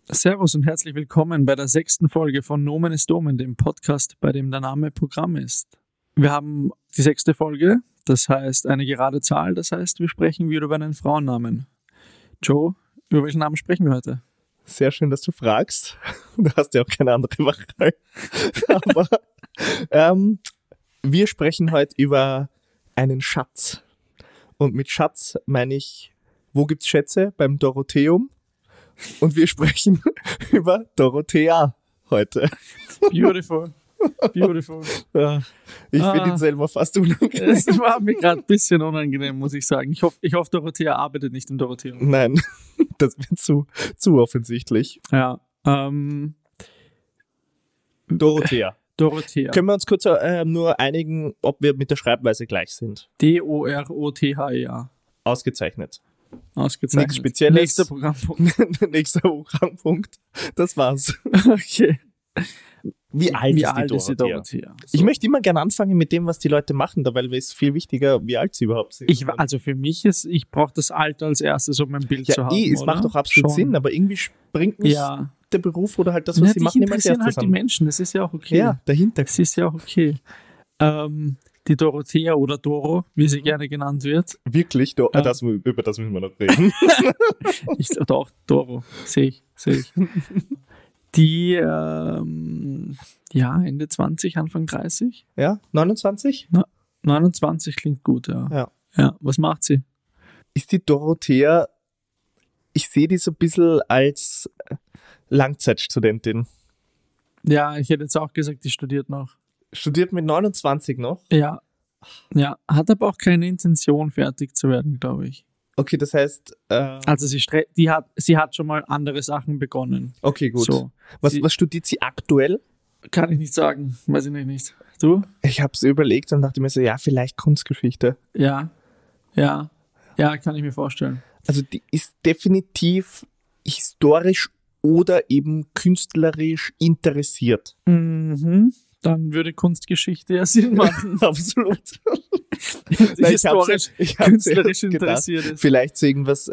Servus und herzlich willkommen bei der 6. Folge von Nomen ist Omen, dem Podcast, bei dem der Name Programm ist. Wir haben die 6. Folge, das heißt eine gerade Zahl, das heißt, wir sprechen wieder über einen Frauennamen. Joe, über welchen Namen sprechen wir heute? Sehr schön, dass du fragst. Du hast ja auch keine andere Wahl. Aber wir sprechen heute über einen Schatz. Und mit Schatz meine ich, wo gibt's Schätze? Beim Dorotheum. Und wir sprechen über Dorothea heute. Beautiful. Beautiful. Ja, ich finde ihn selber fast unangenehm. Es war mir gerade ein bisschen unangenehm, muss ich sagen. Ich hoffe, Dorothea arbeitet nicht im Dorotheum. Nein, das wird zu offensichtlich. Ja. Dorothea. Dorothea. Können wir uns kurz nur einigen, ob wir mit der Schreibweise gleich sind? Dorothea. Ausgezeichnet. Ausgezeichnet. Nichts Spezielles. Nächster Programmpunkt. Nächster Programmpunkt. Das war's. Okay. Wie alt ist die Dorothea? So. Ich möchte immer gerne anfangen mit dem, was die Leute machen, weil es ist viel wichtiger, wie alt sie überhaupt sind. Also für mich ich brauche das Alter als erstes, um ein Bild zu haben. Es macht doch absolut Sinn, aber irgendwie springt mich der Beruf oder halt das, was sie machen, immer als erstes halt die Menschen, das ist ja auch okay. Ja, dahinter. Das ist ja auch okay. Die Dorothea oder Doro, wie sie gerne genannt wird. Wirklich? Über das müssen wir noch reden. Doch, Doro, sehe ich. Die, Ende 20, Anfang 30. Ja, 29? 29 klingt gut, ja. Was macht sie? Ist die Dorothea, ich sehe die so ein bisschen als Langzeitstudentin. Ja, ich hätte jetzt auch gesagt, die studiert noch. Studiert mit 29 noch? Ja, hat aber auch keine Intention, fertig zu werden, glaube ich. Okay, das heißt... Also sie hat schon mal andere Sachen begonnen. Okay, gut. So, was studiert sie aktuell? Kann ich nicht sagen, weiß ich nicht. Du? Ich habe es überlegt und dachte mir so, vielleicht Kunstgeschichte. Ja, kann ich mir vorstellen. Also die ist definitiv historisch oder eben künstlerisch interessiert. Mhm. Dann würde Kunstgeschichte ja Sinn machen. Absolut. Historisch, künstlerisch interessiert ist. Vielleicht so irgendwas,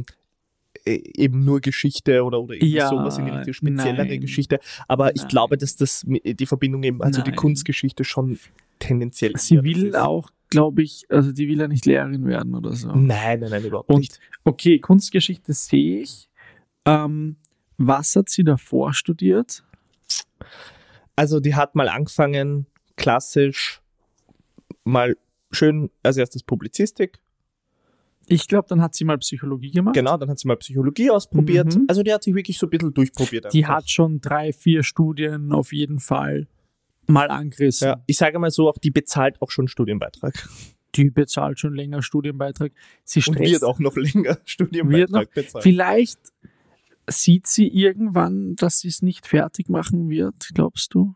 eben nur Geschichte oder irgendwie sowas in die speziellere Geschichte. Aber ich glaube, dass das die Verbindung eben, also die Kunstgeschichte schon tendenziell ist. Sie will auch, glaube ich, also die will ja nicht Lehrerin werden oder so. Nein, überhaupt nicht. Okay, Kunstgeschichte sehe ich. Was hat sie davor studiert? Also die hat mal angefangen, klassisch, mal schön als erstes Publizistik. Ich glaube, dann hat sie mal Psychologie gemacht. Genau, dann hat sie mal Psychologie ausprobiert. Mhm. Also die hat sich wirklich so ein bisschen durchprobiert. Die hat schon 3-4 Studien auf jeden Fall mal angerissen. Ja, ich sage mal so, auch die bezahlt auch schon Studienbeitrag. Die bezahlt schon länger Studienbeitrag. Und wird auch noch länger Studienbeitrag bezahlt. Vielleicht sieht sie irgendwann, dass sie es nicht fertig machen wird, glaubst du?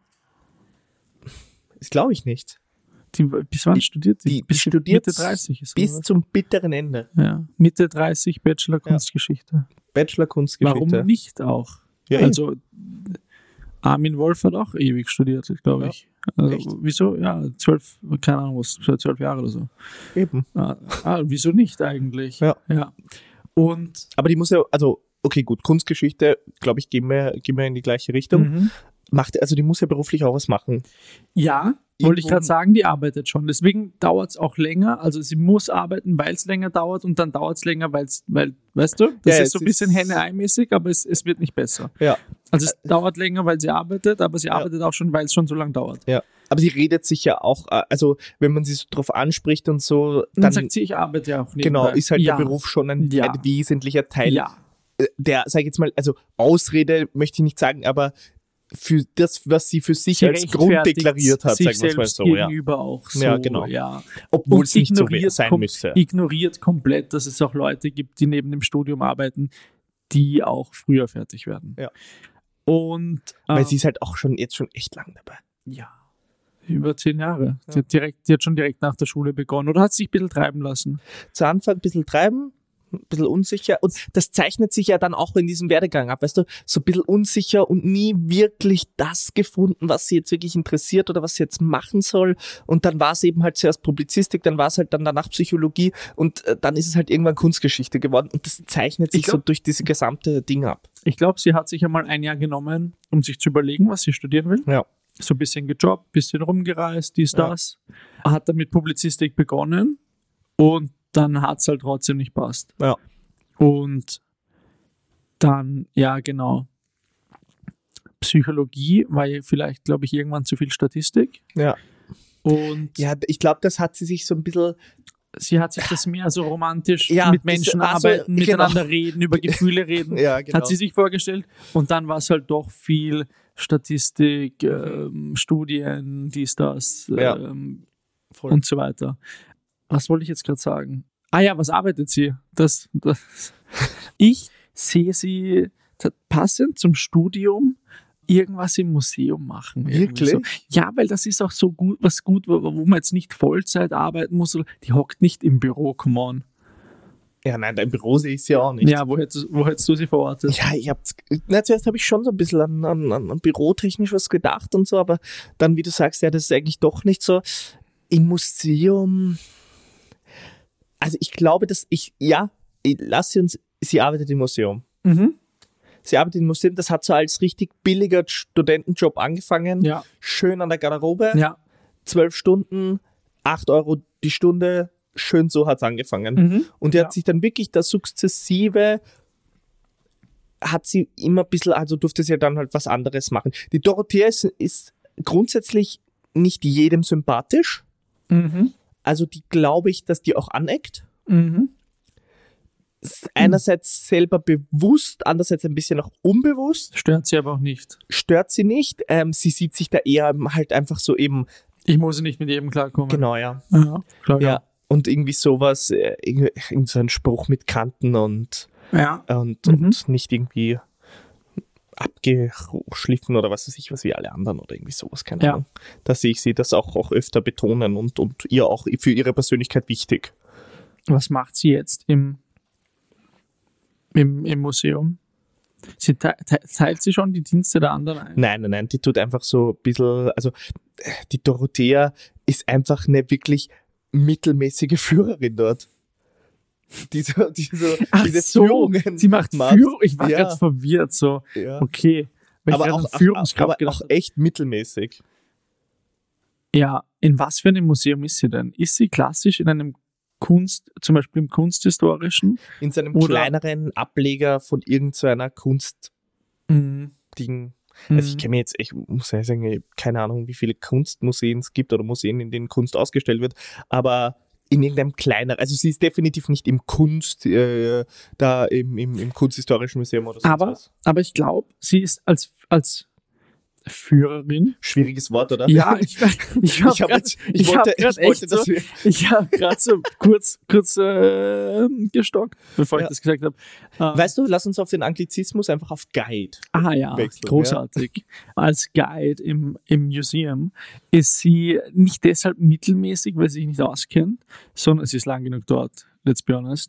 Das glaube ich nicht. Bis wann studiert sie? Die studiert Mitte 30 ist bis zum bitteren Ende. Ja, Mitte 30 Bachelor Kunstgeschichte. Bachelor Kunstgeschichte. Warum nicht auch? Ja, also Armin Wolf hat auch ewig studiert, glaube ich. Also, echt? Wieso? Ja, 12, keine Ahnung was, 12 Jahre oder so. Eben. Wieso nicht eigentlich? Ja. Aber die muss ja, also okay, gut, Kunstgeschichte, glaube ich, gehen wir in die gleiche Richtung. Mhm. Die muss ja beruflich auch was machen. Ja, wollte ich gerade sagen, die arbeitet schon. Deswegen dauert es auch länger. Also sie muss arbeiten, weil es länger dauert und dann dauert es länger, weil, weißt du, das ist so ein bisschen Henne-Ei-mäßig, aber es wird nicht besser. Ja. Also es dauert länger, weil sie arbeitet, aber sie arbeitet auch schon, weil es schon so lange dauert. Ja. Aber sie redet sich ja auch, also wenn man sie so drauf anspricht und so, dann sagt sie, ich arbeite ja auch nebenbei. Genau, ist halt der Beruf schon ein wesentlicher Teil der, sag ich jetzt mal, also Ausrede möchte ich nicht sagen, aber für das, was sie für sich als Grund deklariert hat, sagen wir es mal so. Gegenüber auch so. Ja, genau. Ja. Obwohl es nicht so sein müsste. Ignoriert komplett, dass es auch Leute gibt, die neben dem Studium arbeiten, die auch früher fertig werden. Ja. Und weil sie ist halt auch jetzt schon echt lang dabei. Ja. Über 10 Jahre. Ja. Die hat schon direkt nach der Schule begonnen. Oder hat sie sich ein bisschen treiben lassen? Zu Anfang ein bisschen treiben, unsicher. Und das zeichnet sich ja dann auch in diesem Werdegang ab, weißt du, so ein bisschen unsicher und nie wirklich das gefunden, was sie jetzt wirklich interessiert oder was sie jetzt machen soll. Und dann war es eben halt zuerst Publizistik, dann war es halt dann danach Psychologie und dann ist es halt irgendwann Kunstgeschichte geworden. Und das zeichnet sich so durch diese gesamte Ding ab. Ich glaube, sie hat sich einmal ein Jahr genommen, um sich zu überlegen, was sie studieren will. Ja. So ein bisschen gejobbt, ein bisschen rumgereist, dies, das. Hat dann mit Publizistik begonnen und dann hat es halt trotzdem nicht passt. Ja. Und dann, ja genau, Psychologie war ja vielleicht, glaube ich, irgendwann zu viel Statistik. Ja. Und ja, ich glaube, das hat sie sich so ein bisschen... Sie hat sich das mehr so romantisch Ja, mit Menschen das- also, arbeiten, miteinander genau. reden, über Gefühle reden, Ja, genau. hat sie sich vorgestellt. Und dann war es halt doch viel Statistik, Studien, dies, das Ja, voll. und so weiter. Was wollte ich jetzt gerade sagen? Ah ja, was arbeitet sie? Das. Ich sehe sie passend zum Studium irgendwas im Museum machen. irgendwie Wirklich? So. Ja, weil das ist auch so gut, wo man jetzt nicht Vollzeit arbeiten muss. Die hockt nicht im Büro, come on. Ja, nein, dein Büro sehe ich sie auch nicht. Ja, wo hättest du sie verortet? Ja, zuerst habe ich schon so ein bisschen an bürotechnisch was gedacht und so, aber dann, wie du sagst, ja, das ist eigentlich doch nicht so. Im Museum, also ich glaube, sie arbeitet im Museum. Mhm. Sie arbeitet im Museum, das hat so als richtig billiger Studentenjob angefangen. Ja. Schön an der Garderobe, Ja. 12 Stunden, 8 Euro die Stunde, schön so hat's angefangen. Mhm. Und die Ja. hat sich dann wirklich das sukzessive, hat sie immer ein bisschen, also durfte sie ja dann halt was anderes machen. Die Dorothea ist grundsätzlich nicht jedem sympathisch. Mhm. Also die glaube ich, dass die auch aneckt. Mhm. Einerseits selber bewusst, andererseits ein bisschen auch unbewusst. Stört sie aber auch nicht. Stört sie nicht. Sie sieht sich da eher halt einfach so eben, Ich muss nicht mit jedem klarkommen. genau, ja. Ja, klar, Ja. Und irgendwie sowas, irgend so ein Spruch mit Kanten und Ja. und nicht irgendwie abgeschliffen oder was weiß ich, was wie alle anderen oder irgendwie sowas, keine Ja. Ahnung. Da sehe ich sie das auch öfter betonen und ihr auch für ihre Persönlichkeit wichtig. Was macht sie jetzt im Museum? Sie teilt sie schon die Dienste der anderen ein? Nein, die tut einfach so ein bisschen, also die Dorothea ist einfach eine wirklich mittelmäßige Führerin dort. Diese Führungen sie macht Führung. Ich war Ja. gerade verwirrt, so, Ja. okay. Weil ich Aber gerade auch, an Führungskraft aber gedacht auch habe. echt mittelmäßig. Ja, in was für einem Museum ist sie denn? Ist sie klassisch in einem zum Beispiel im Kunsthistorischen? In so einem Oder- kleineren Ableger von irgendeiner Kunstding. Mhm. Also ich kenne mir jetzt, ich muss ja sagen, ich hab keine Ahnung, wie viele Kunstmuseen es gibt oder Museen, in denen Kunst ausgestellt wird, aber in irgendeinem kleineren, also sie ist definitiv nicht im da im Kunsthistorischen Museum oder so. Aber ich glaube, sie ist als Führerin. Schwieriges Wort, oder? Ja, ich wollte, dass wir. Ich habe gerade so kurz gestockt, bevor ich Ja. das gesagt habe. Weißt du, lass uns auf den Anglizismus einfach auf Guide. Ja, wechseln, großartig. Als Guide im Museum ist sie nicht deshalb mittelmäßig, weil sie sich nicht auskennt, sondern sie ist lang genug dort, let's be honest.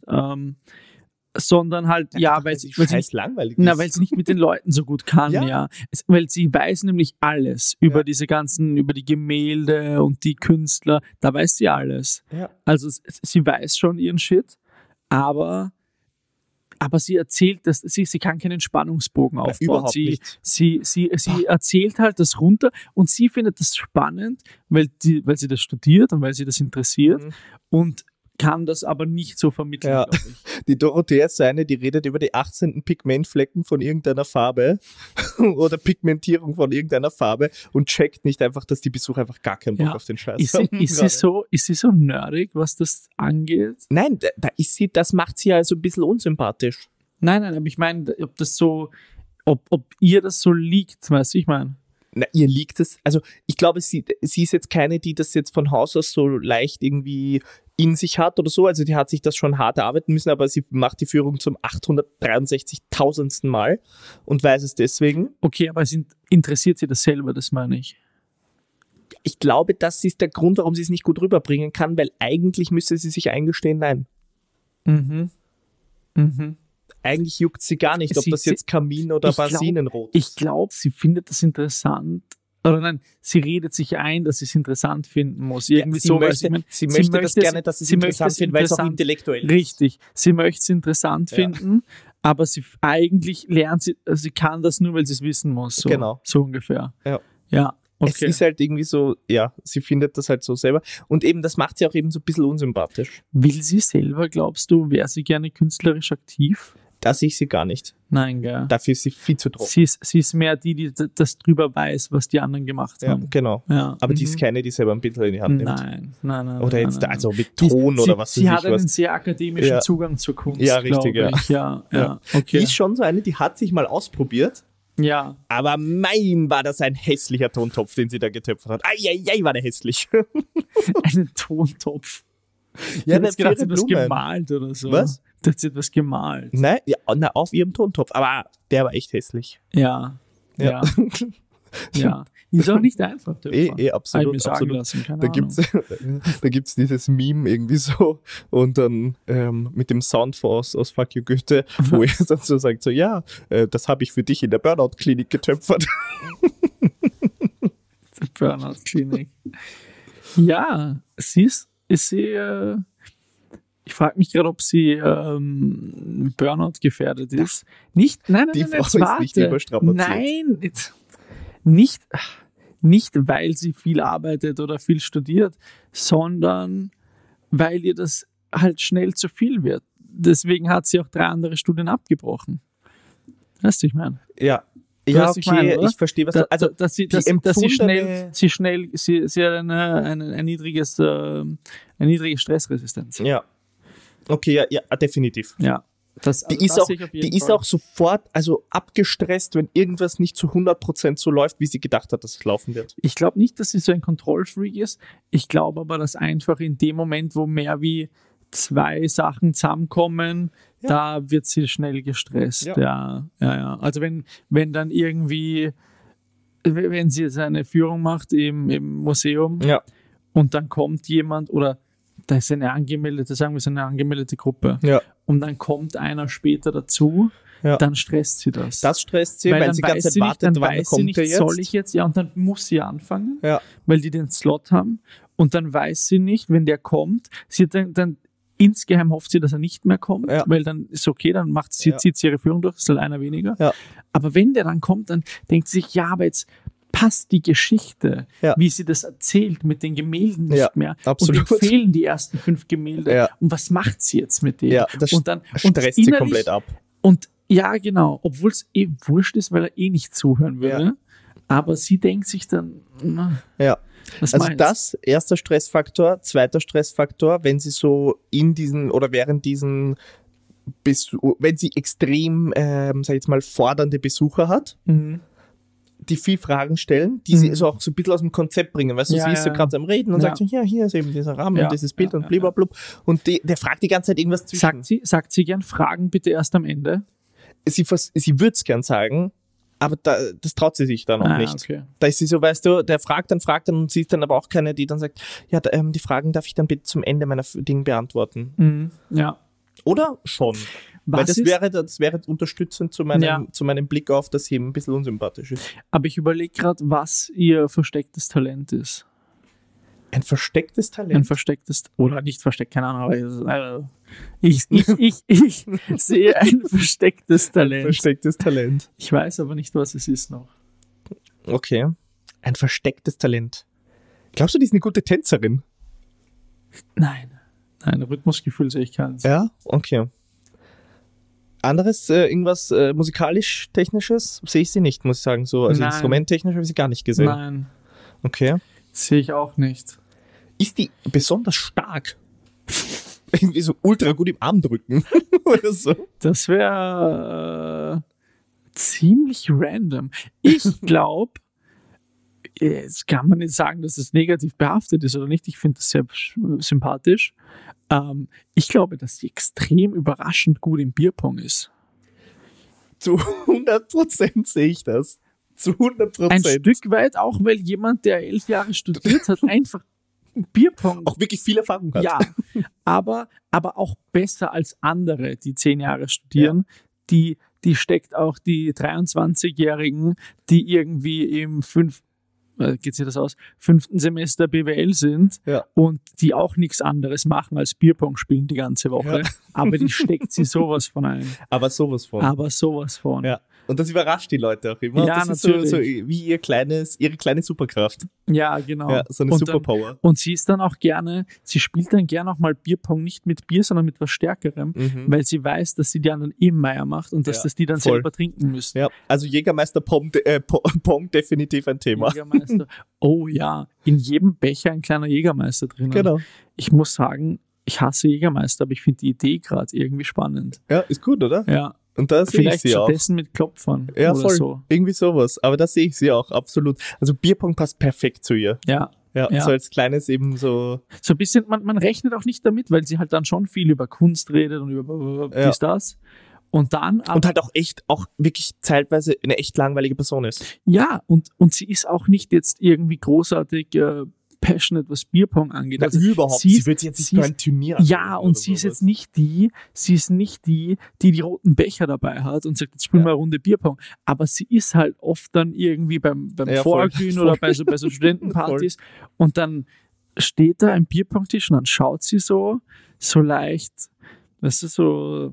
Sondern halt, weil sie scheiß langweilig ist. weil sie nicht mit den Leuten so gut kann, Ja. Weil sie weiß nämlich alles über diese ganzen, über die Gemälde und die Künstler, da weiß sie alles. Ja. Also sie weiß schon ihren Shit, aber sie erzählt das, sie kann keinen Spannungsbogen aufbauen. überhaupt nicht. Sie erzählt halt das runter und sie findet das spannend, weil sie das studiert und weil sie das interessiert und kann das aber nicht so vermitteln, Ja. glaube ich. Die Dorothea ist eine, die redet über die 18. Pigmentflecken von irgendeiner Farbe oder Pigmentierung von irgendeiner Farbe und checkt nicht einfach, dass die Besucher einfach gar keinen Bock auf den Scheiß haben. Ist sie so nerdig, was das angeht? Nein, da ist sie, das macht sie ja so ein bisschen unsympathisch. Nein, aber ich meine, ob ihr das so liegt, weißt du, ich meine. Na, ihr liegt es, also ich glaube, sie ist jetzt keine, die das jetzt von Haus aus so leicht irgendwie in sich hat oder so, also die hat sich das schon hart erarbeiten müssen, aber sie macht die Führung zum 863.000. Mal und weiß es deswegen. Okay, aber interessiert sie das selber, das meine ich. Ich glaube, das ist der Grund, warum sie es nicht gut rüberbringen kann, weil eigentlich müsste sie sich eingestehen, nein. Mhm. Eigentlich juckt sie gar nicht, ob das jetzt Kamin oder Basinenrot ist. Ich glaube, sie findet das interessant. Oder nein, sie redet sich ein, dass sie es interessant finden muss. Irgendwie sie so, sie möchte das gerne, dass sie es interessant findet, weil es auch intellektuell ist. Richtig. Sie möchte es interessant finden, aber sie eigentlich lernt sie kann das nur, weil sie es wissen muss. So, genau. So ungefähr. Ja. Okay. Es ist halt irgendwie so, sie findet das halt so selber. Und eben, das macht sie auch eben so ein bisschen unsympathisch. Will sie selber, glaubst du, wäre sie gerne künstlerisch aktiv? Da sehe ich sie gar nicht. Nein, gell. Dafür ist sie viel zu trocken. Sie ist mehr die das drüber weiß, was die anderen gemacht haben. Genau. Ja. Aber die ist keine, die selber ein bisschen in die Hand nimmt. Nein. Oder jetzt also mit Ton oder was weiß ich. Sie hat einen sehr akademischen Zugang zur Kunst, ja, richtig, ich. Ja. Okay. Die ist schon so eine, die hat sich mal ausprobiert. Ja. Aber war das ein hässlicher Tontopf, den sie da getöpfert hat. Ai, war der hässlich. Einen Tontopf. Ja, das hat sie was gemalt oder so. Was? Da hat sie etwas gemalt. Nein, auf ihrem Tontopf. Aber der war echt hässlich. Ja. Ist auch nicht einfach. Absolut. Mir sagen lassen, keine Ahnung. Da gibt's dieses Meme irgendwie so und dann mit dem Sound aus Fuck You Goethe, wo er dann so sagt, so das habe ich für dich in der Burnout-Klinik getöpfert. Burnout-Klinik. Ja, ist sie, ich frage mich gerade, ob sie Burnout gefährdet ist. Nein, die Frau ist nicht überstrapaziert. Nein, nicht, weil sie viel arbeitet oder viel studiert, sondern weil ihr das halt schnell zu viel wird. Deswegen hat sie auch 3 andere Studien abgebrochen. Weißt du, ich meine? Ja. Ja, okay, ich verstehe, was du... Also, sie hat eine niedrige Stressresistenz. Ja. Okay, ja, definitiv. Ja. Die ist auch sofort abgestresst, wenn irgendwas nicht zu 100% so läuft, wie sie gedacht hat, dass es laufen wird. Ich glaube nicht, dass sie so ein Kontrollfreak ist. Ich glaube aber, dass einfach in dem Moment, wo mehr wie 2 Sachen zusammenkommen, da wird sie schnell gestresst. Ja. Also wenn dann irgendwie, wenn sie jetzt eine Führung macht im Museum und dann kommt jemand oder da ist eine angemeldete Gruppe und dann kommt einer später dazu, dann stresst sie das. Das stresst sie, weil sie die ganze Zeit wartet, wann kommt der jetzt? Soll ich jetzt? Ja, und dann muss sie anfangen, weil die den Slot haben und dann weiß sie nicht, wenn der kommt, sie dann insgeheim hofft sie, dass er nicht mehr kommt, weil dann ist okay, dann zieht sie ihre Führung durch, ist halt einer weniger. Ja. Aber wenn der dann kommt, dann denkt sie sich, aber jetzt passt die Geschichte, wie sie das erzählt, mit den Gemälden nicht mehr. Absolut. Und ihr fehlen die ersten 5 Gemälde. Ja. Und was macht sie jetzt mit denen? Ja, das stresst sie komplett ab. Und ja, genau, obwohl es wurscht ist, weil er nicht zuhören würde. Ja. Aber sie denkt sich dann, das erster Stressfaktor, zweiter Stressfaktor, wenn sie so in diesen oder während diesen wenn sie extrem, sag ich jetzt mal, fordernde Besucher hat, die viel Fragen stellen, die sie so auch so ein bisschen aus dem Konzept bringen. Weißt du, sie ist so gerade am Reden und sagt so, hier ist eben dieser Rahmen und dieses Bild und blablabla. Und der fragt die ganze Zeit irgendwas zwischen. Sagt sie gern Fragen bitte erst am Ende? Sie würde es gern sagen, aber das traut sie sich dann auch nicht. Okay. Da ist sie so, weißt du, der fragt dann und sie ist dann aber auch keine, die dann sagt, die Fragen darf ich dann bitte zum Ende meiner Dinge beantworten. Ja. Oder schon? Weil das wäre unterstützend zu meinem Blick auf, dass sie eben ein bisschen unsympathisch ist. Aber ich überlege gerade, was ihr verstecktes Talent ist. Ein verstecktes Talent? Ein verstecktes, oder nicht versteckt, keine Ahnung, aber ich sehe ein verstecktes Talent. Ein verstecktes Talent. Ich weiß aber nicht, was es ist noch. Okay. Ein verstecktes Talent. Glaubst du, die ist eine gute Tänzerin? Nein, Rhythmusgefühl sehe ich keins. Ja? Okay. Anderes, irgendwas musikalisch-technisches sehe ich sie nicht, muss ich sagen. So, also instrumenttechnisch habe ich sie gar nicht gesehen. Nein. Okay. Sehe ich auch nicht. Ist die besonders stark? Irgendwie so ultra gut im Arm drücken oder so? Das wäre ziemlich random. Ich glaube, jetzt kann man nicht sagen, dass es negativ behaftet ist oder nicht. Ich finde das sehr sympathisch. Ich glaube, dass sie extrem überraschend gut im Bierpong ist. Zu 100% sehe ich das. Zu 100%. Ein Stück weit auch, weil jemand, der 11 Jahre studiert hat, einfach Bierpong. Auch wirklich viel Erfahrung hat. Ja, aber auch besser als andere, die 10 Jahre studieren. Die steckt auch die 23-Jährigen, die irgendwie im 5. Geht sich das aus? 5. Semester BWL sind und die auch nichts anderes machen als Bierpong spielen die ganze Woche. Ja. Aber die steckt sie sowas von ein. Aber sowas von. Ja. Und das überrascht die Leute auch immer. Ja, das natürlich. ist so wie ihre kleine Superkraft. Ja, genau. Ja, so eine Superpower. Und sie ist dann auch sie spielt dann gerne auch mal Bierpong, nicht mit Bier, sondern mit was Stärkerem, weil sie weiß, dass sie die anderen Meier macht und dass das die dann selber trinken müssen. Ja, also Jägermeister Pong definitiv ein Thema. Jägermeister. Oh ja, in jedem Becher ein kleiner Jägermeister drin. Genau. Ich muss sagen, ich hasse Jägermeister, aber ich finde die Idee gerade irgendwie spannend. Ja, ist gut, oder? Ja. Und da sehe ich sie auch. Vielleicht mit Klopfern oder voll. So. Irgendwie sowas. Aber da sehe ich sie auch, absolut. Also Bierpong passt perfekt zu ihr. Ja. Ja, so als kleines eben so. So ein bisschen, man rechnet auch nicht damit, weil sie halt dann schon viel über Kunst redet und über das. Und dann. Und halt auch wirklich zeitweise eine echt langweilige Person ist. Ja, und sie ist auch nicht jetzt irgendwie großartig passionate, was Bierpong angeht. Also überhaupt. Sie wird jetzt nicht beim Turnier. Ja, und sie ist jetzt nicht die die roten Becher dabei hat und sagt, jetzt spielen wir eine Runde Bierpong. Aber sie ist halt oft dann irgendwie beim Vorglühen oder bei so Studentenpartys und dann steht da ein Bierpongtisch und dann schaut sie so leicht, weißt du, so,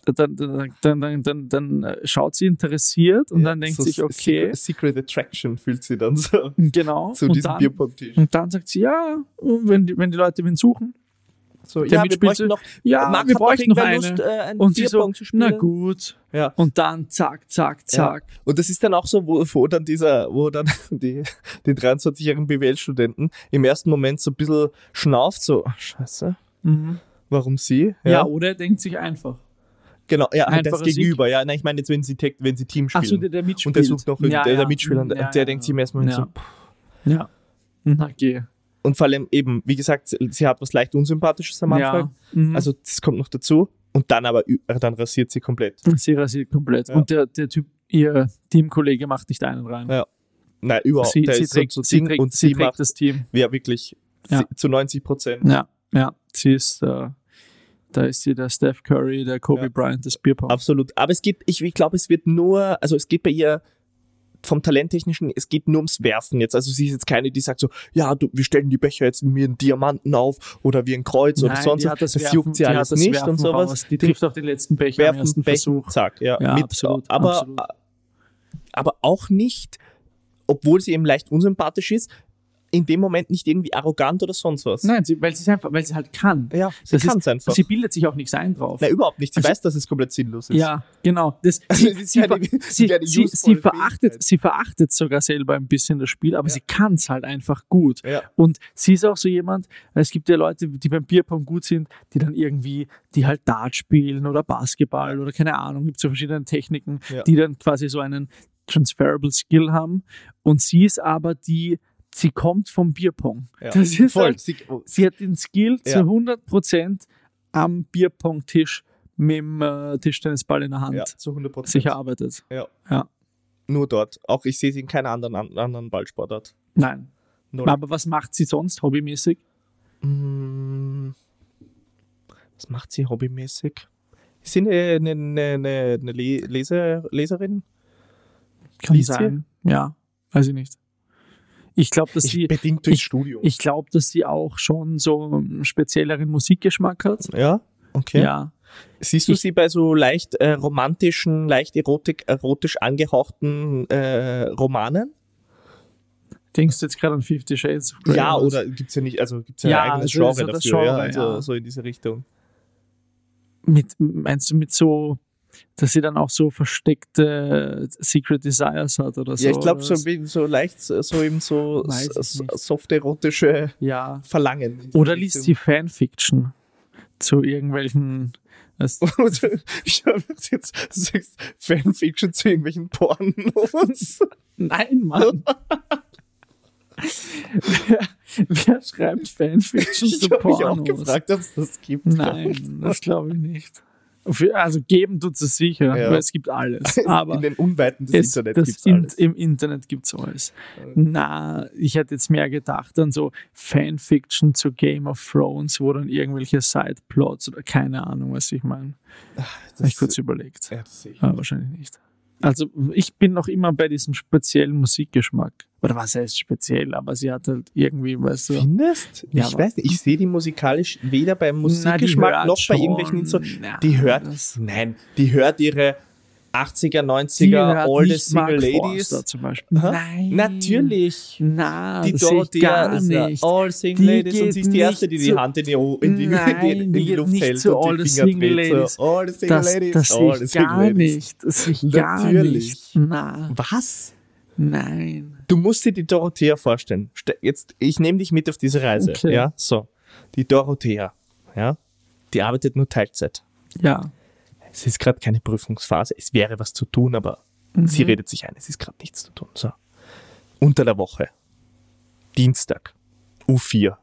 dann schaut sie interessiert und dann denkt so sich, okay. Secret Attraction fühlt sie dann so. Genau. Zu diesem Bierpongtisch. Und dann sagt sie, wenn die Leute wen suchen. So, wir bräuchten noch, wir bräuchten noch eine. Lust, einen und sie so, zu spielen. Na gut. Ja. Und dann zack. Ja. Und das ist dann auch so, wo dann die 23-jährigen BWL-Studenten im ersten Moment so ein bisschen schnauft, so, scheiße. Warum sie? Ja, oder er denkt sich einfach. Genau, das Gegenüber. Ja, nein, ich meine jetzt, wenn sie Team spielen. Ach so, der mitspielt. Und der sucht noch der Mitspieler und der denkt sich im ersten Moment so. Ja. Na, geh. Und vor allem eben, wie gesagt, sie hat was leicht Unsympathisches am Anfang. Ja. Also das kommt noch dazu. Und dann dann rasiert sie komplett. Sie rasiert komplett. Ja. Und der Typ, ihr Teamkollege macht nicht einen rein. Ja. Nein, überhaupt. Sie trägt macht das Team. Ja, wirklich. Zu 90%. Ja. Sie ist, da ist sie der Steph Curry, der Kobe Bryant des Bierpongs. Absolut. Aber ich glaube, es geht bei ihr vom Talenttechnischen, es geht nur ums Werfen jetzt. Also sie ist jetzt keine, die sagt so, wir stellen die Becher jetzt wie einen Diamanten auf oder wie ein Kreuz oder sonst was. Das juckt sie alles nicht und sowas. Raus. Die trifft auch den letzten Becher am ersten Versuch. Zack, absolut. Aber auch nicht, obwohl sie eben leicht unsympathisch ist, in dem Moment nicht irgendwie arrogant oder sonst was. Nein, weil sie halt kann. Ja, sie kann es einfach. Sie bildet sich auch nichts ein drauf. Nein, überhaupt nicht. Sie weiß, dass es komplett sinnlos ist. Ja, genau. Sie verachtet sogar selber ein bisschen das Spiel, aber sie kann es halt einfach gut. Ja. Und sie ist auch so jemand, es gibt ja Leute, die beim Bierpong gut sind, die dann irgendwie, die halt Dart spielen oder Basketball oder keine Ahnung, gibt so verschiedene Techniken, die dann quasi so einen transferable Skill haben. Und sie ist aber sie kommt vom Bierpong. Ja, das ist halt, sie hat den Skill zu 100% am Bierpong-Tisch mit dem Tischtennisball in der Hand zu 100% sich erarbeitet. Ja. Nur dort. Auch ich sehe sie in keiner anderen Ballsportart. Nein. Aber was macht sie sonst hobbymäßig? Was macht sie hobbymäßig? Ist sie eine Leserin? Kann sein. Ja, weiß ich nicht. Ich glaube, dass bedingt durchs Studium. Ich glaube, dass sie auch schon so einen spezielleren Musikgeschmack hat. Ja, okay. Ja. Siehst du sie bei so leicht romantischen, leicht erotisch angehauchten Romanen? Denkst du jetzt gerade an 50 Shades of Grey? Ja, oder gibt's ja nicht, also gibt's ja ein eigenes Genre dafür, so in diese Richtung. Meinst du mit so, dass sie dann auch so versteckte Secret Desires hat oder so? Ja, ich glaube so leicht, so eben so soft-erotische Verlangen. Oder liest sie Fanfiction zu irgendwelchen... Ich habe jetzt Fanfiction zu irgendwelchen Pornos. Nein, Mann. Wer schreibt Fanfiction zu Pornos? Ich habe auch gefragt, ob es das gibt. Nein, das glaube ich nicht. Also geben tut es sicher, Ja. weil es gibt alles. Aber In den Unweiten des Internets gibt es alles. Im Internet gibt es alles. Na, ich hätte jetzt mehr gedacht an so Fanfiction zu Game of Thrones, wo dann irgendwelche Sideplots oder keine Ahnung, was ich meine. Habe ich kurz überlegt. Ja, das sehe ich. Aber wahrscheinlich nicht. Also ich bin noch immer bei diesem speziellen Musikgeschmack. Oder was heißt speziell, aber sie hat halt irgendwie, weißt du... Findest? Ja, Ich weiß nicht, ich sehe die musikalisch weder beim Musikgeschmack noch bei irgendwelchen so. Die hört ihre 80er, 90er Olde Single Ladies. Zum Beispiel. Nein. Natürlich. Na, Die Dorothea ist ja nicht. All Single Ladies und sie ist die erste, die die Hand in die Luft hält zu und All die the Finger Single dreht. Ladies. So, All the Single Ladies. Das all sehe the ich Single gar Ladies. nicht. Das sehe ich gar Natürlich. nicht. Na, Was? nein. Du musst dir die Dorothea vorstellen. Jetzt, ich nehme dich mit auf diese Reise. Okay. Ja, so. Die Dorothea, ja, die arbeitet nur Teilzeit. Ja. Es ist gerade keine Prüfungsphase. Es wäre was zu tun, aber sie redet sich ein. Es ist gerade nichts zu tun. So. Unter der Woche. Dienstag. U4.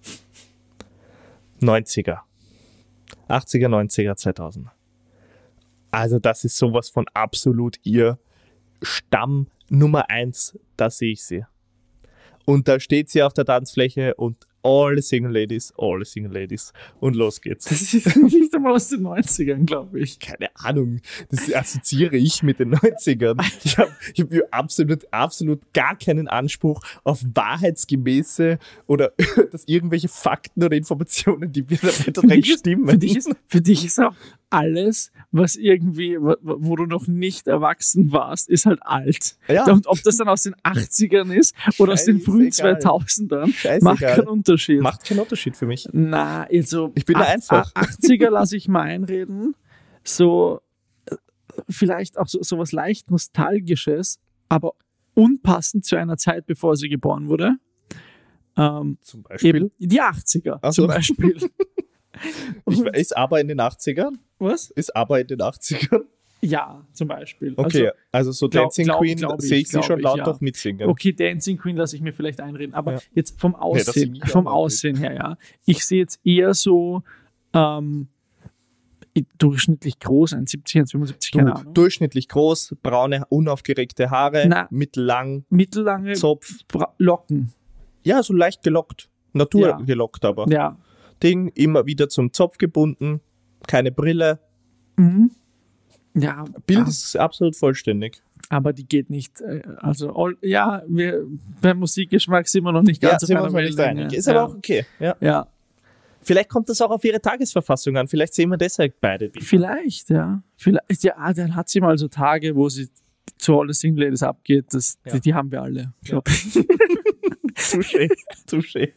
90er. 80er, 90er, 2000er. Also das ist sowas von absolut ihr Stamm Nummer 1. Da sehe ich sie. Und da steht sie auf der Tanzfläche und all the single ladies. Und los geht's. Das ist nicht einmal aus den 90ern, glaube ich. Keine Ahnung, das assoziiere ich mit den 90ern. Ich hab absolut gar keinen Anspruch auf wahrheitsgemäße oder dass irgendwelche Fakten oder Informationen, die mir dabei direkt stimmen. Für dich ist auch alles, was irgendwie, wo du noch nicht erwachsen warst, ist halt alt. Ja. Und ob das dann aus den 80ern ist oder aus den frühen Scheißegal. 2000ern, macht keinen Unterschied. Macht keinen Unterschied für mich. Na, also Ich bin da einfach. 80er lasse ich mal einreden. So, vielleicht auch so was leicht Nostalgisches, aber unpassend zu einer Zeit, bevor sie geboren wurde. Zum Beispiel. Eben die 80er Ach so. zum Beispiel. Ist aber in den 80ern? Was? Ist aber in den 80ern? Ja, zum Beispiel. Okay, also so Dancing Queen glaub sehe ich sie schon laut ja. doch mitsingen. Okay, Dancing Queen lasse ich mir vielleicht einreden, aber Ja. jetzt vom das Aussehen, singe ich auch Aussehen her, ja. Ich sehe jetzt eher so durchschnittlich groß, 1,70, 1,75, keine Ahnung. Durchschnittlich groß, braune, unaufgeregte Haare, Na. mittellang, Mittellange Zopf. Locken. Ja, so leicht gelockt. Naturgelockt aber. Ja. Ding, immer wieder zum Zopf gebunden, keine Brille. Mhm. Ja, Bild ist absolut vollständig. aber die geht nicht. Beim Musikgeschmack sind wir noch nicht ganz sind wir uns noch nicht einig. Ist aber auch okay. Ja. Ja, Vielleicht kommt das auch auf ihre Tagesverfassung an. Vielleicht sehen wir deshalb beide Bilder. vielleicht, ja. Dann hat sie mal so Tage, wo sie zu All the Single Ladies abgeht. Die haben wir alle, glaube ich. Touché.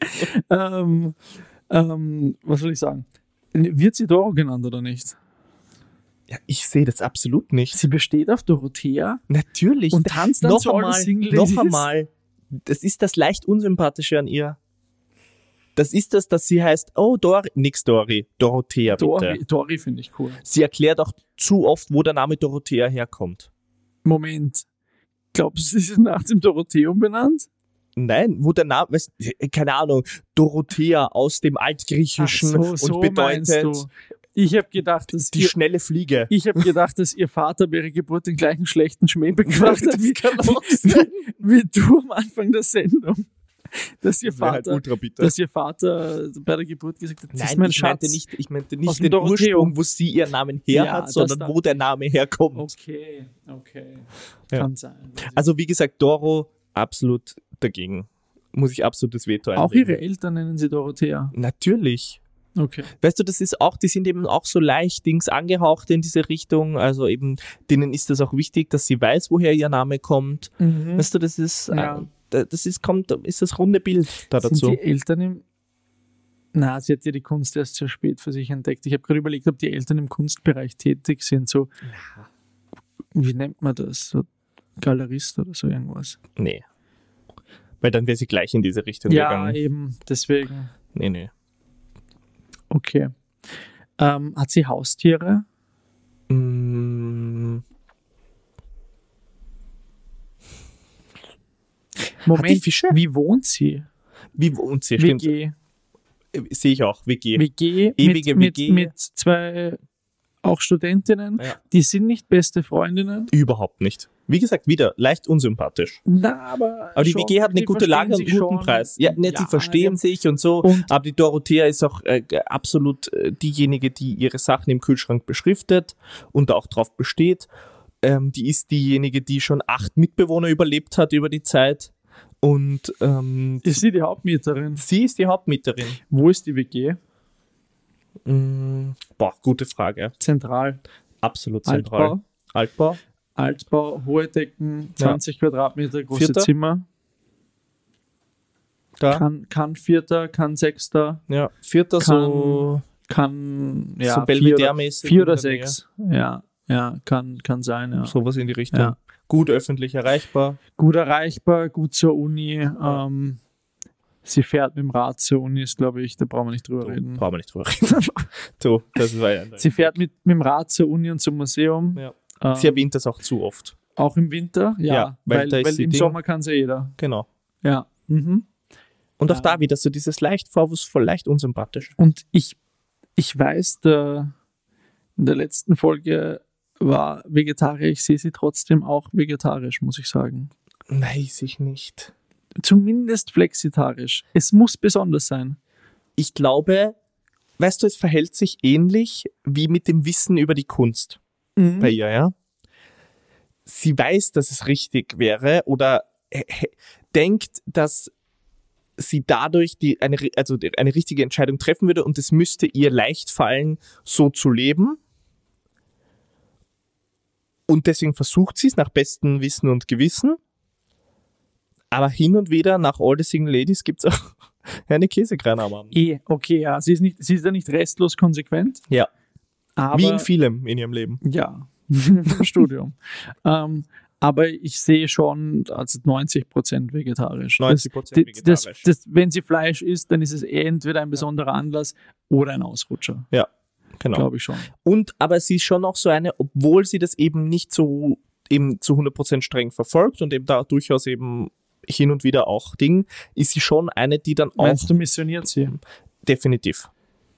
Was soll ich sagen? Wird sie Doro genannt oder nicht? Ja, ich sehe das absolut nicht. Sie besteht auf Dorothea Natürlich. und tanzt dann zu All the Single Ladies. Noch einmal. Das ist das leicht Unsympathische an ihr. Das ist das, dass sie heißt, oh, Dorothea, bitte. Dori finde ich cool. Sie erklärt auch zu oft, wo der Name Dorothea herkommt. Moment. Glaubst du, sie ist nach dem Dorotheum benannt? Nein, wo der Name, keine Ahnung, Dorothea aus dem Altgriechischen und bedeutet Ich habe gedacht, dass die schnelle Fliege. Ich habe gedacht, dass ihr Vater bei ihrer Geburt den gleichen schlechten Schmäh bekommen hat, wie du am Anfang der Sendung. Dass ihr Vater bei der Geburt gesagt hat, das ist mein Schatz. Ich meinte nicht den Ursprung, wo sie ihren Namen her hat, sondern wo der Name herkommt. Okay. Ja. Kann sein. Also wie gesagt, Doro absolut dagegen. Muss ich absolut das Veto einlegen. Auch ihre Eltern nennen sie Dorothea. Natürlich. Okay. Weißt du, das ist auch, die sind eben auch so leicht angehaucht in diese Richtung. Also eben, denen ist das auch wichtig, dass sie weiß, woher ihr Name kommt. Mhm. Weißt du, das ist, Ja. ist das runde Bild da dazu. Sind die Eltern sie hat ja die Kunst erst sehr spät für sich entdeckt. Ich habe gerade überlegt, ob die Eltern im Kunstbereich tätig sind. So, wie nennt man das? So Galerist oder so irgendwas. Nee. Weil dann wäre sie gleich in diese Richtung Ja, gegangen. eben, deswegen. Nee. Okay. Hat sie Haustiere? Moment, Hat die Fische? wie wohnt sie? Wie wohnt sie? Stimmt. WG. Sehe ich auch. WG. WG Ewige mit, WG. mit zwei auch Studentinnen, die sind nicht beste Freundinnen. Überhaupt nicht. Wie gesagt, wieder leicht unsympathisch. Na, aber die schon, WG hat eine gute Lage und einen guten Preis. Ja, sie verstehen sich und so. Aber die Dorothea ist auch absolut diejenige, die ihre Sachen im Kühlschrank beschriftet und auch drauf besteht. Die ist diejenige, die schon 8 Mitbewohner überlebt hat über die Zeit. Und ist sie die Hauptmieterin? Sie ist die Hauptmieterin. Wo ist die WG? Gute Frage. Zentral. Absolut zentral. Altbau, hohe Decken, 20 Quadratmeter, große 4. Zimmer. Da. Kann 4., kann 6. Ja, 4. kann so Belvedere-mäßig. 4 oder 6. Ja, kann sein, ja. Sowas in die Richtung. Ja. Gut öffentlich erreichbar. Gut erreichbar, gut zur Uni. Sie fährt mit dem Rad zur Uni, ist, glaube ich, da brauchen wir nicht drüber reden. Brauchen wir nicht drüber reden. So, das war ja Sie fährt mit dem Rad zur Uni und zum Museum. Ja. Sie erwähnt das auch zu oft. Auch im Winter? Ja, weil im Sommer kann es ja jeder. Genau. Ja. Mhm. Und auch da wieder so dieses leicht vorwurfsvoll, leicht unsympathisch. Und ich weiß, in der letzten Folge war Vegetarier, ich sehe sie trotzdem auch vegetarisch, muss ich sagen. Weiß ich nicht. Zumindest flexitarisch. Es muss besonders sein. Ich glaube, weißt du, es verhält sich ähnlich wie mit dem Wissen über die Kunst bei ihr, ja? Sie weiß, dass es richtig wäre oder denkt, dass sie dadurch eine richtige Entscheidung treffen würde und es müsste ihr leicht fallen, so zu leben. Und deswegen versucht sie es nach bestem Wissen und Gewissen. Aber hin und wieder, nach All the Single Ladies, gibt es auch eine Käsekreiner am Abend. Okay, ja. Sie ist ja nicht restlos konsequent. Ja. Aber, wie in vielem in ihrem Leben. Ja, im Studium. Aber ich sehe schon 90% vegetarisch. 90% vegetarisch. Wenn sie Fleisch isst, dann ist es entweder ein besonderer Anlass oder ein Ausrutscher. Ja, genau. Glaube ich schon. Aber sie ist schon auch so eine, obwohl sie das eben nicht so eben zu 100% streng verfolgt und eben da durchaus eben hin und wieder auch ist sie schon eine, die dann auch... Meinst du, missioniert sie? Definitiv.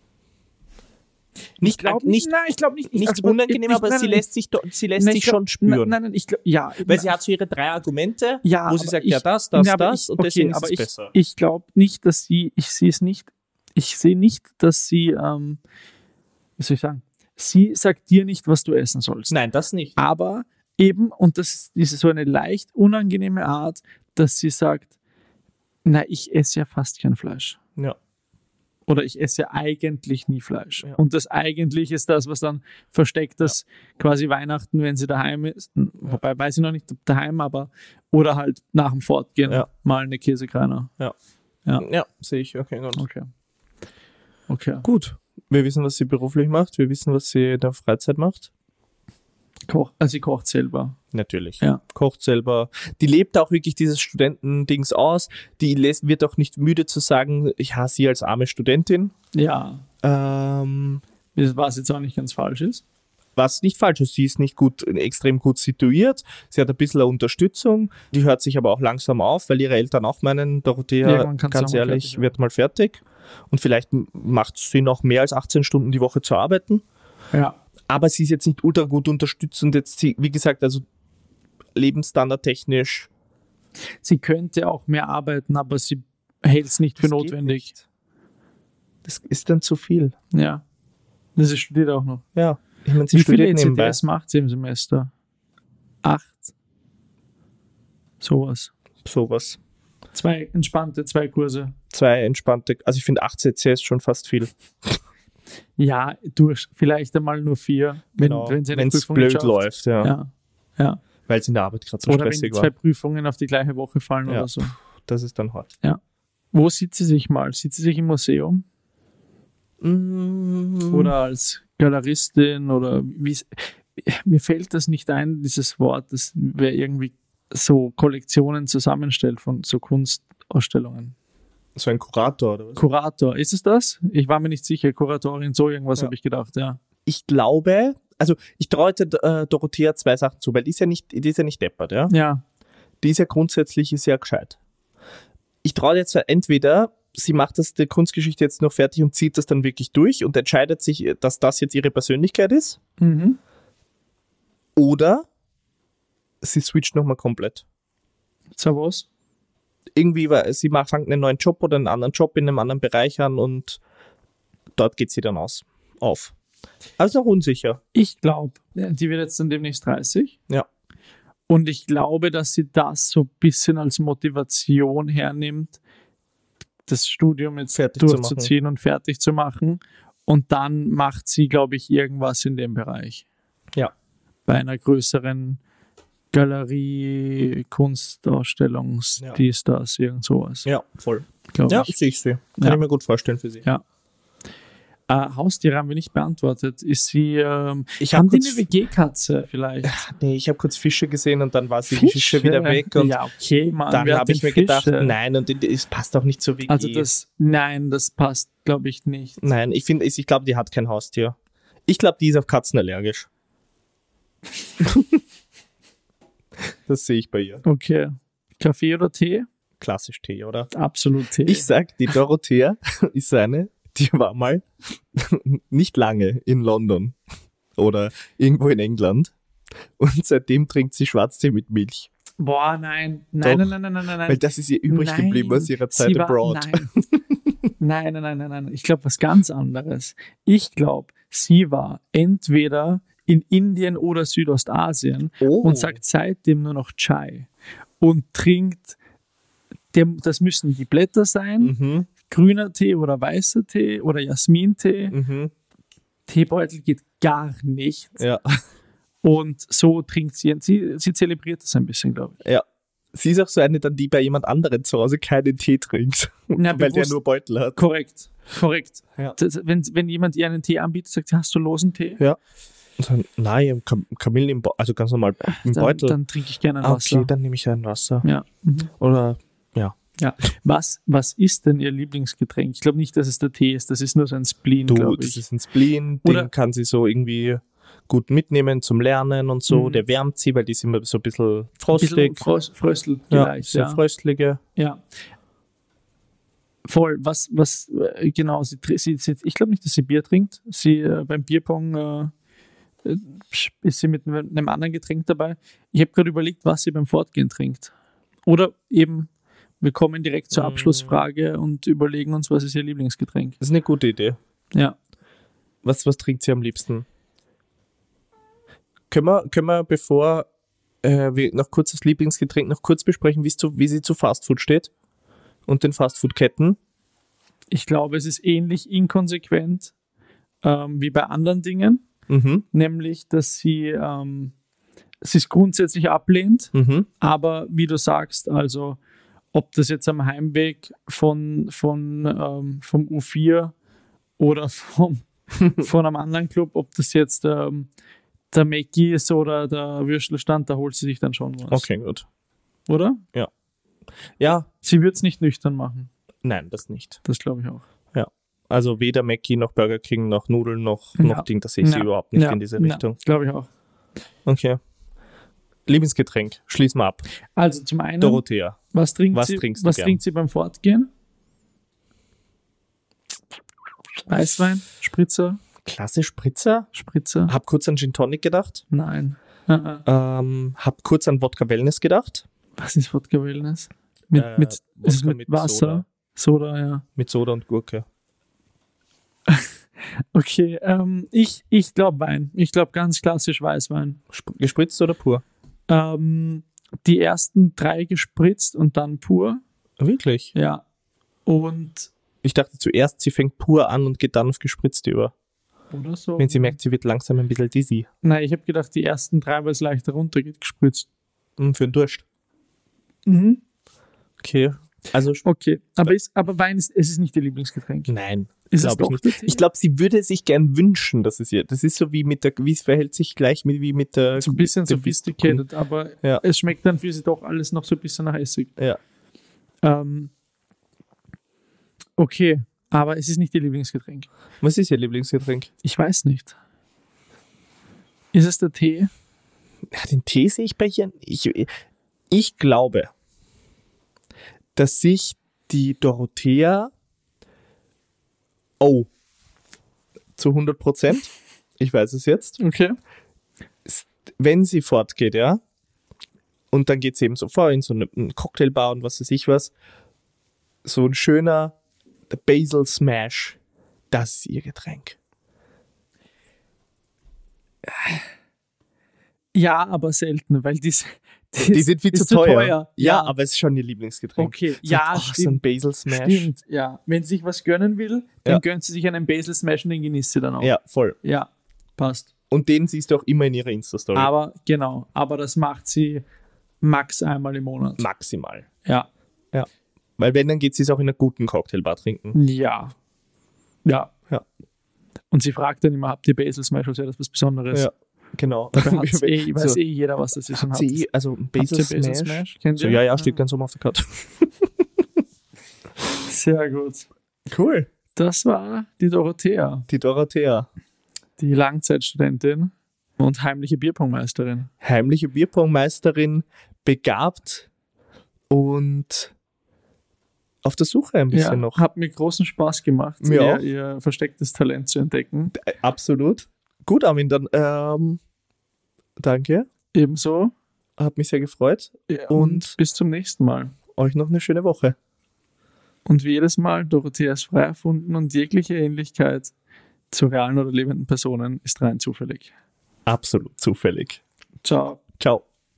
Ich glaube nicht. Nicht also, unangenehm, aber sie lässt sich schon spüren. Nein, ich glaube, ja. Weil sie hat so ihre 3 Argumente, wo sie sagt, das und deswegen ist es besser. Ich glaube nicht, dass ich sehe nicht, dass sie, wie soll ich sagen, sie sagt dir nicht, was du essen sollst. Nein, das nicht. Aber eben, und das ist so eine leicht unangenehme Art, dass sie sagt, ich esse ja fast kein Fleisch. Ja. Oder ich esse ja eigentlich nie Fleisch. Ja. Und das eigentlich ist das, was dann versteckt, dass quasi Weihnachten, wenn sie daheim ist, wobei weiß ich noch nicht daheim, aber oder halt nach dem Fortgehen mal eine Käsekreiner. Ja, sehe ich. Okay, gut. Okay. Gut. Wir wissen, was sie beruflich macht. Wir wissen, was sie in der Freizeit macht. Sie kocht selber. Natürlich. Ja. Kocht selber. Die lebt auch wirklich dieses Studentendings aus. Die wird auch nicht müde zu sagen, sie als arme Studentin. Ja. Was jetzt auch nicht ganz falsch ist. Was nicht falsch ist. Sie ist nicht extrem gut situiert. Sie hat ein bisschen Unterstützung. Die hört sich aber auch langsam auf, weil ihre Eltern auch meinen, Dorothea, ganz ehrlich, wird mal fertig. Und vielleicht macht es Sinn, auch mehr als 18 Stunden die Woche zu arbeiten. Ja. Aber sie ist jetzt nicht ultra gut unterstützt und jetzt, wie gesagt, also lebensstandardtechnisch. Sie könnte auch mehr arbeiten, aber sie hält es nicht für notwendig. Das ist dann zu viel. Ja. Sie studiert auch noch. Ja. Ich meine, sie wie studiert viele nebenbei. ECTS macht sie im Semester? 8. Sowas. 2 entspannte, 2 Kurse. 2 entspannte, also ich finde 8 ECTS schon fast viel. Ja, vielleicht einmal nur 4, wenn es blöd läuft. Ja. Weil es in der Arbeit gerade so stressig war. Oder wenn 2 Prüfungen auf die gleiche Woche fallen oder so. Das ist dann hart. Ja. Wo sieht sie sich mal? Sieht sie sich im Museum? Oder als Galeristin? Oder mir fällt das nicht ein, dieses Wort, das wer irgendwie so Kollektionen zusammenstellt von so Kunstausstellungen. So ein Kurator, oder was? Kurator, ist es das? Ich war mir nicht sicher. Kuratorin, so irgendwas habe ich gedacht, ja. Ich glaube, also ich traue jetzt Dorothea 2 Sachen zu, weil die ist ja nicht deppert, ja? Ja. Die ist ja grundsätzlich sehr gescheit. Ich traue jetzt entweder, sie macht die Kunstgeschichte jetzt noch fertig und zieht das dann wirklich durch und entscheidet sich, dass das jetzt ihre Persönlichkeit ist. Mhm. Oder sie switcht nochmal komplett. So was? Irgendwie, weil sie fängt einen neuen Job oder einen anderen Job in einem anderen Bereich an und dort geht sie dann auf. Also noch unsicher. Ich glaube, die wird jetzt dann demnächst 30. Ja. Und ich glaube, dass sie das so ein bisschen als Motivation hernimmt, das Studium jetzt Fertig durchzuziehen und fertig zu machen. Und dann macht sie, glaube ich, irgendwas in dem Bereich. Ja. Bei einer größeren Galerie, Kunstausstellung, dies, das, irgend sowas. Ja, voll. Ja, sehe ich sie. Kann ich mir gut vorstellen für sie. Ja. Haustiere haben wir nicht beantwortet. Ist sie, haben die kurz- eine WG-Katze vielleicht? Nee, ich habe kurz Fische gesehen und dann war sie Fische wieder weg. Und ja, okay, Mann. dann wer hat habe ich denn mir gedacht, Fische? nein, und es passt auch nicht zur WG. Also das passt, glaube ich, nicht. Nein, ich glaube, die hat kein Haustier. Ich glaube, die ist auf Katzen allergisch. Das sehe ich bei ihr. Okay. Kaffee oder Tee? Klassisch Tee, oder? Absolut Tee. Ich sag, die Dorothea ist so eine, die war mal nicht lange in London oder irgendwo in England und seitdem trinkt sie Schwarztee mit Milch. Boah, nein. Doch. Nein. Weil das ist ihr übrig geblieben aus ihrer Zeit abroad. Nein. Ich glaube, was ganz anderes. Ich glaube, sie war entweder in Indien oder Südostasien und sagt seitdem nur noch Chai und trinkt, das müssen die Blätter sein, grüner Tee oder weißer Tee oder Jasmintee. Teebeutel geht gar nicht. Ja. Und so trinkt sie, sie zelebriert das ein bisschen, glaube ich. Ja. Sie ist auch so eine, dann die bei jemand anderen zu Hause keinen Tee trinkt, weil der nur Beutel hat. Korrekt. Ja. Wenn jemand ihr einen Tee anbietet, sagt sie, hast du losen Tee? Ja. Und dann, nein, Kamillen also ganz normal im Beutel. Dann trinke ich gerne ein Wasser. Okay, dann nehme ich ein Wasser. Ja. Oder, ja. Was ist denn ihr Lieblingsgetränk? Ich glaube nicht, dass es der Tee ist, das ist nur so ein Spleen, glaube ich. Das ist ein Spleen, den kann sie so irgendwie gut mitnehmen zum Lernen und so. Der wärmt sie, weil die sind immer so ein bisschen frostig. Fröstelt ja, vielleicht, sehr fröstlige. Ja. Voll. Was genau, sie ich glaube nicht, dass sie Bier trinkt. Sie beim Bierpong ist sie mit einem anderen Getränk dabei. Ich habe gerade überlegt, was sie beim Fortgehen trinkt. Oder eben, wir kommen direkt zur Abschlussfrage und überlegen uns, was ist ihr Lieblingsgetränk. Das ist eine gute Idee. Ja. Was trinkt sie am liebsten? Können wir bevor wir noch kurz das Lieblingsgetränk noch kurz besprechen, wie sie zu Fastfood steht und den Fastfood-Ketten? Ich glaube, es ist ähnlich inkonsequent wie bei anderen Dingen. Nämlich, dass sie es grundsätzlich ablehnt, aber wie du sagst, also ob das jetzt am Heimweg vom U4 oder von einem anderen Club, ob das jetzt der Mackie ist oder der Würstelstand, da holt sie sich dann schon was. Okay, gut. Oder? Ja. Ja. Sie wird es nicht nüchtern machen. Nein, das nicht. Das glaube ich auch. Ja. Also weder Mackie noch Burger King noch Nudeln noch Ding, das sehe ich überhaupt nicht in diese Richtung. Glaube ich auch. Okay. Lieblingsgetränk, schließ mal ab. Also zum einen, Dorothea. Was trinkt sie beim Fortgehen? Weißwein? Spritzer? Klasse Spritzer? Hab kurz an Gin Tonic gedacht. Nein. Hab kurz an Wodka Wellness gedacht. Was ist Wodka Wellness? Mit Wasser? Soda, ja. Mit Soda und Gurke. Okay, ich glaube Wein. Ich glaube ganz klassisch Weißwein. Gespritzt oder pur? Die ersten 3 gespritzt und dann pur. Wirklich? Ja. Und ich dachte zuerst, sie fängt pur an und geht dann auf gespritzt über. Oder so. Wenn sie merkt, sie wird langsam ein bisschen dizzy. Nein, ich habe gedacht, die ersten 3, weil es leichter runtergeht, gespritzt. Für den Durst. Okay. Also okay, aber Wein es ist nicht ihr Lieblingsgetränk. Nein, ist es doch nicht. Ich glaube, sie würde sich gern wünschen, dass es ihr. Das ist so wie wie es verhält sich gleich wie mit der. So ein bisschen sophisticated, aber es schmeckt dann für sie doch alles noch so ein bisschen nach Essig. Ja. Okay, aber es ist nicht ihr Lieblingsgetränk. Was ist ihr Lieblingsgetränk? Ich weiß nicht. Ist es der Tee? Ja, den Tee sehe ich bei ihr. Ich glaube, dass sich die Dorothea Oh, zu 100%. Ich weiß es jetzt. Okay. Wenn sie fortgeht, ja, und dann geht sie eben so vor in so eine Cocktailbar und was weiß ich was, so ein schöner Basil Smash, das ist ihr Getränk. Ja, aber selten, weil die sind viel zu teuer. Ja, aber es ist schon ihr Lieblingsgetränk. Okay, so, ja, stimmt. So ein Basil Smash. Stimmt, ja. Wenn sie sich was gönnen will, dann gönnt sie sich einen Basil Smash und den genießt sie dann auch. Ja, voll. Ja, passt. Und den siehst du auch immer in ihrer Insta-Story. Aber das macht sie max einmal im Monat. Maximal. Ja. Ja. Weil wenn, dann geht sie es auch in einer guten Cocktailbar trinken. Ja. Ja. Ja. Und sie fragt dann immer, habt ihr Basil Smash, als wäre das was Besonderes? Ja, genau. Weiß jeder, was das ist. Und also Basil Smash? Kennt so, ihr? ja, steht ganz oben auf der Karte. Sehr gut. Cool. Das war die Dorothea. Die Dorothea. Die Langzeitstudentin und heimliche Bierpongmeisterin. Heimliche Bierpongmeisterin, begabt und auf der Suche ein bisschen noch. Hat mir großen Spaß gemacht, ihr verstecktes Talent zu entdecken. Absolut. Gut, Armin, dann danke. Ebenso. Hat mich sehr gefreut. Ja, und bis zum nächsten Mal. Euch noch eine schöne Woche. Und wie jedes Mal, Dorothea ist frei erfunden und jegliche Ähnlichkeit zu realen oder lebenden Personen ist rein zufällig. Absolut zufällig. Ciao. Ciao.